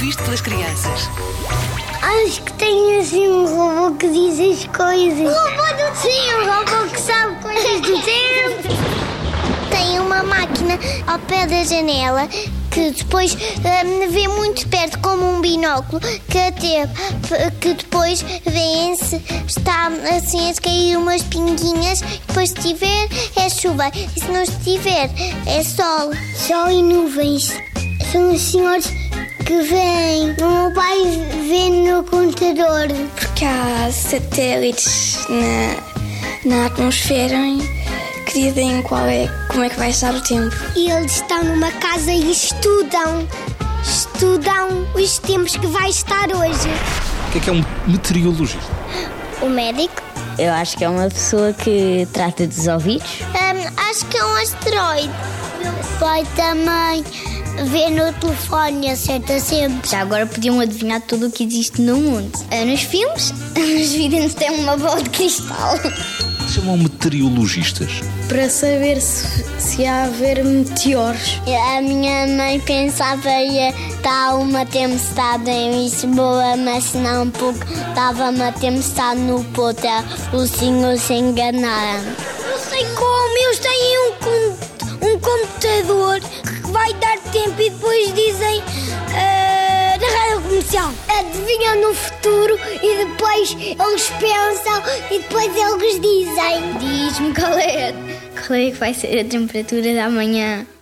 visto pelas crianças. Acho que tem assim um robô que diz as coisas. O robô do tempo! Sim, um robô que sabe coisas do tempo. Tem uma máquina ao pé da janela que depois vê muito perto como um binóculo que depois vê-se, está assim a cair umas pinguinhas e depois se tiver é chuva e se não estiver é sol. Sol e nuvens. São os senhores que vêm. O meu pai vê no computador. Porque há satélites na atmosfera que dizem como é que vai estar o tempo. E eles estão numa casa e estudam os tempos que vai estar hoje. O que é um meteorologista? O médico? Eu acho que é uma pessoa que trata dos ouvidos. Acho que é um asteroide. Meu pai também vê no telefone e acerta sempre. Já agora podiam adivinhar tudo o que existe no mundo. Nos filmes, os videntes têm uma bola de cristal. Chamam meteorologistas. Para saber se há a haver meteoros. A minha mãe pensava que está uma tempestade em Lisboa, mas se não pouco estava uma tempestade no Porto. Os senhores se enganaram. Não sei como, eles têm um computador que vai dar tempo e depois dizem na rádio comercial. Adivinham no futuro e depois eles pensam e depois eles dizem. Diz-me qual é que vai ser a temperatura da manhã.